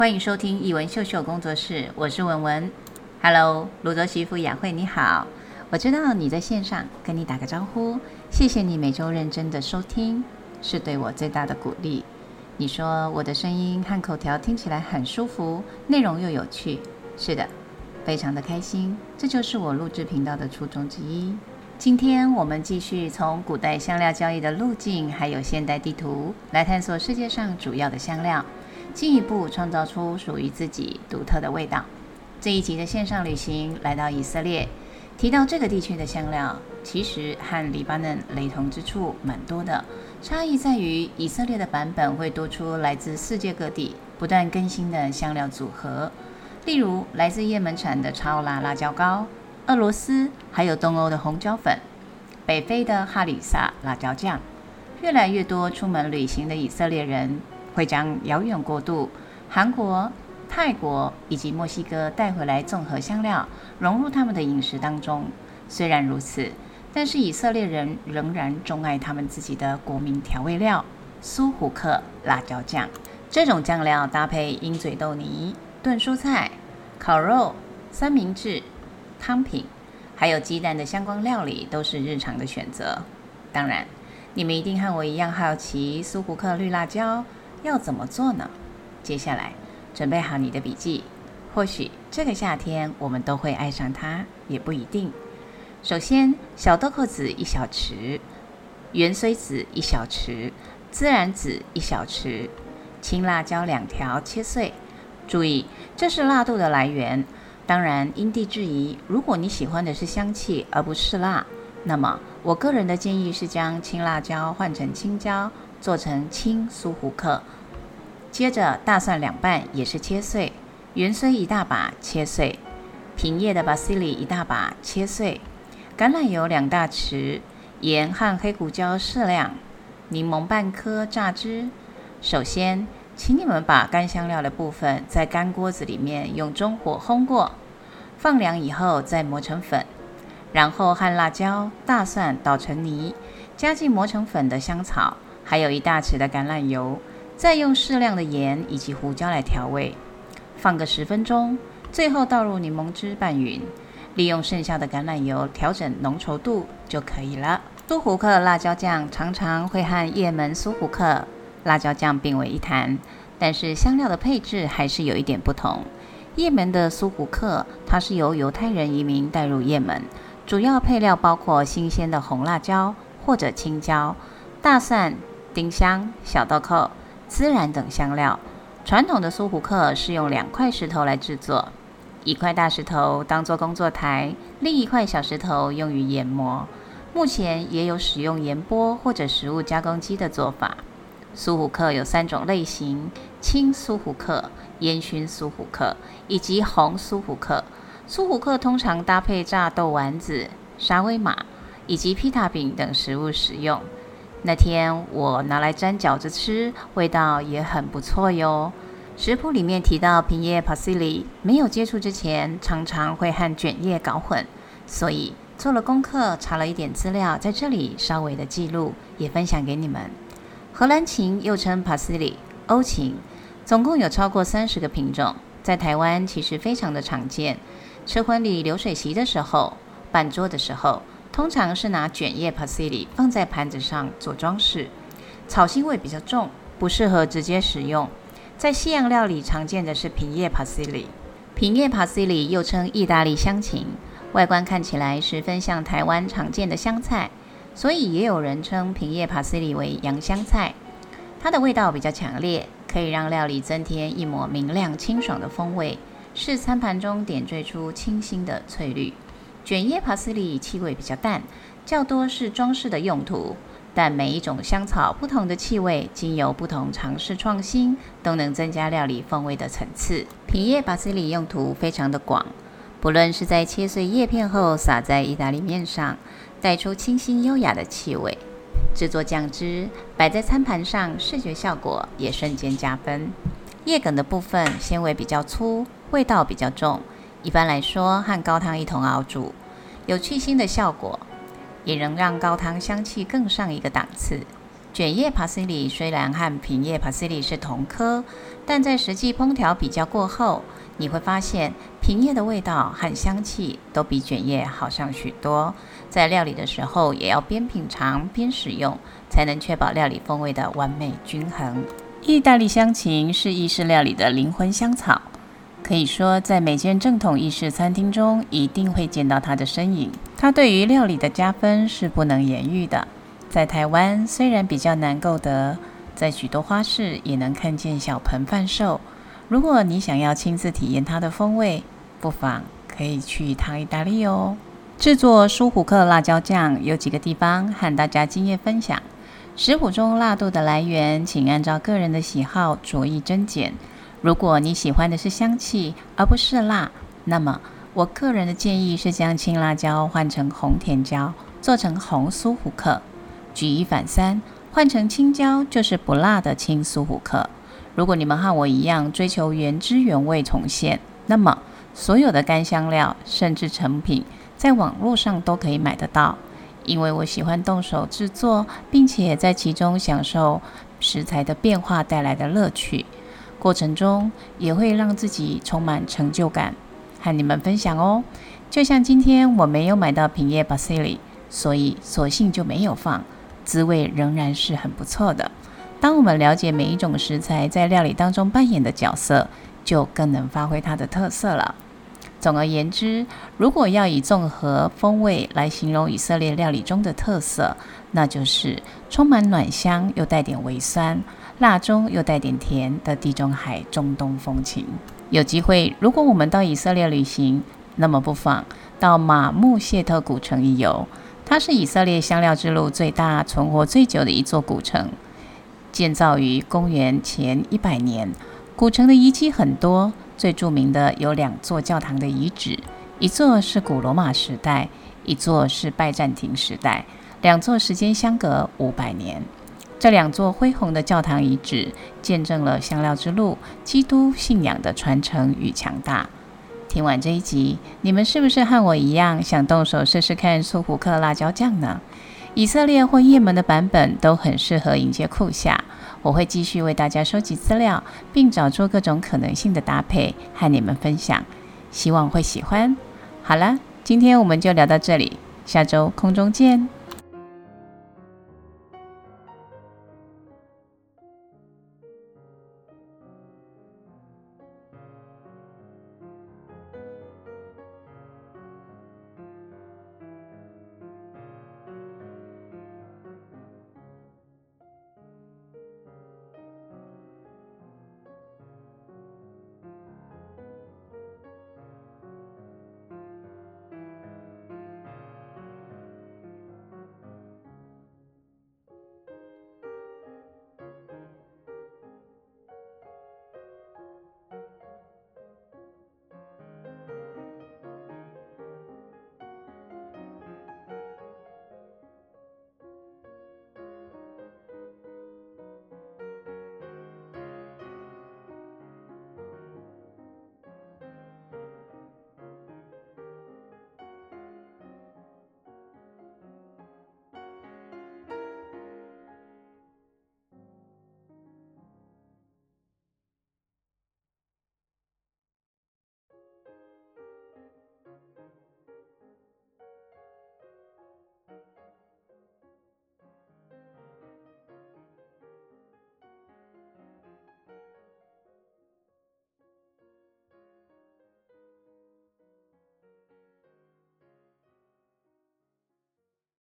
欢迎收听艺文秀秀工作室，我是文文。Hello， 泸州媳妇雅慧你好，我知道你在线上，跟你打个招呼，谢谢你每周认真的收听，是对我最大的鼓励。你说我的声音和口条听起来很舒服，内容又有趣，是的，非常的开心，这就是我录制频道的初衷之一。今天我们继续从古代香料交易的路径，还有现代地图来探索世界上主要的香料，进一步创造出属于自己独特的味道。这一集的线上旅行来到以色列，提到这个地区的香料，其实和黎巴嫩雷同之处蛮多的，差异在于以色列的版本会多出来自世界各地不断更新的香料组合，例如来自也门产的超辣辣椒膏，俄罗斯还有东欧的红椒粉，北非的哈里萨辣椒酱。越来越多出门旅行的以色列人会将遥远国度韩国、泰国以及墨西哥带回来综合香料，融入他们的饮食当中。虽然如此，但是以色列人仍然钟爱他们自己的国民调味料苏胡克辣椒酱。这种酱料搭配鹰嘴豆泥、炖蔬菜、烤肉、三明治、汤品，还有鸡蛋的相关料理都是日常的选择。当然，你们一定和我一样好奇苏胡克绿辣椒要怎么做呢？接下来准备好你的笔记，或许这个夏天我们都会爱上它，也不一定。首先，小豆蔻籽1小匙，芫荽籽1小匙，孜然籽1小匙，青辣椒2条切碎。注意，这是辣度的来源。当然因地制宜，如果你喜欢的是香气而不是辣，那么我个人的建议是将青辣椒换成青椒，做成青苏胡克。接着大蒜2瓣也是切碎，芫荽1大把切碎，平叶的巴西里1大把切碎，橄榄油2大匙，盐和黑胡椒适量，柠檬半颗榨汁。首先请你们把干香料的部分在干锅子里面用中火烘过，放凉以后再磨成粉，然后和辣椒、大蒜捣成泥，加进磨成粉的香草，还有1大匙的橄榄油，再用适量的盐以及胡椒来调味，放个10分钟，最后倒入柠檬汁拌匀，利用剩下的橄榄油调整浓稠度就可以了。苏胡克辣椒酱常常会和也门苏胡克辣椒酱并为一谈，但是香料的配置还是有一点不同。也门的苏胡克，它是由犹太人移民带入也门，主要配料包括新鲜的红辣椒或者青椒、大蒜、丁香、小豆蔻、孜然等香料。传统的苏胡克是用2块石头来制作，一块大石头当作工作台，另一块小石头用于研磨。目前也有使用盐钵或者食物加工机的做法。苏胡克有3种类型：青苏胡克、烟熏苏胡克以及红苏胡克。苏胡克通常搭配炸豆丸子、沙威玛以及披萨饼等食物使用。那天我拿来沾饺子吃，味道也很不错哟。食谱里面提到平叶 Parsley， 没有接触之前常常会和卷叶搞混，所以做了功课，查了一点资料，在这里稍微的记录，也分享给你们。荷兰芹又称 Parsley、欧芹，总共有超过30个品种，在台湾其实非常的常见。吃婚礼流水席的时候，办桌的时候，通常是拿卷叶 Parsley 放在盘子上做装饰，草腥味比较重，不适合直接食用。在西洋料理常见的是平叶 Parsley， 平叶 Parsley 又称意大利香芹，外观看起来十分像台湾常见的香菜，所以也有人称平叶 Parsley 为洋香菜。它的味道比较强烈，可以让料理增添一抹明亮清爽的风味，是餐盘中点缀出清新的翠绿。卷叶 Parsley 气味比较淡，较多是装饰的用途，但每一种香草不同的气味，经由不同尝试创新，都能增加料理风味的层次。平叶 Parsley 用途非常的广，不论是在切碎叶片后撒在意大利面上，带出清新优雅的气味，制作酱汁摆在餐盘上，视觉效果也瞬间加分。叶梗的部分纤维比较粗，味道比较重，一般来说和高汤一同熬煮，有去腥的效果，也能让高汤香气更上一个档次。 卷叶 Parsley 虽然和平叶 Parsley 是同科，但在实际烹调比较过后，你会发现平叶的味道和香气都比卷叶好上许多。在料理的时候，也要边品尝边使用，才能确保料理风味的完美均衡。意大利香芹是意式料理的灵魂香草，可以说在每间正统意式餐厅中一定会见到它的身影。它对于料理的加分是不能言喻的。在台湾虽然比较难购得，在许多花市也能看见小盆贩售。如果你想要亲自体验它的风味，不妨可以去一趟意大利哦。制作舒虎克辣椒酱有几个地方和大家经验分享。食谱中辣度的来源，请按照个人的喜好酌一增减。如果你喜欢的是香气而不是辣，那么我个人的建议是将青辣椒换成红甜椒，做成红舒虎克。举一反三，换成青椒就是不辣的青舒虎克。如果你们和我一样追求原汁原味重现，那么所有的干香料甚至成品在网络上都可以买得到。因为我喜欢动手制作，并且在其中享受食材的变化带来的乐趣，过程中也会让自己充满成就感，和你们分享哦。就像今天我没有买到平叶 Parsley， 所以索性就没有放，滋味仍然是很不错的。当我们了解每一种食材在料理当中扮演的角色，就更能发挥它的特色了。总而言之，如果要以综合风味来形容以色列料理中的特色，那就是充满暖香又带点微酸，辣中又带点甜的地中海中东风情。有机会，如果我们到以色列旅行，那么不妨到马穆谢特古城一游。它是以色列香料之路最大、存活最久的一座古城，建造于公元前100年。古城的遗迹很多，最著名的有2座教堂的遗址，一座是古罗马时代，一座是拜占庭时代，2座时间相隔500年。这2座恢宏的教堂遗址见证了香料之路基督信仰的传承与强大。听完这一集，你们是不是和我一样想动手试试看舒虎克辣椒酱呢？以色列或也门的版本都很适合迎接酷夏。我会继续为大家收集资料，并找出各种可能性的搭配和你们分享，希望会喜欢。好了，今天我们就聊到这里，下周空中见。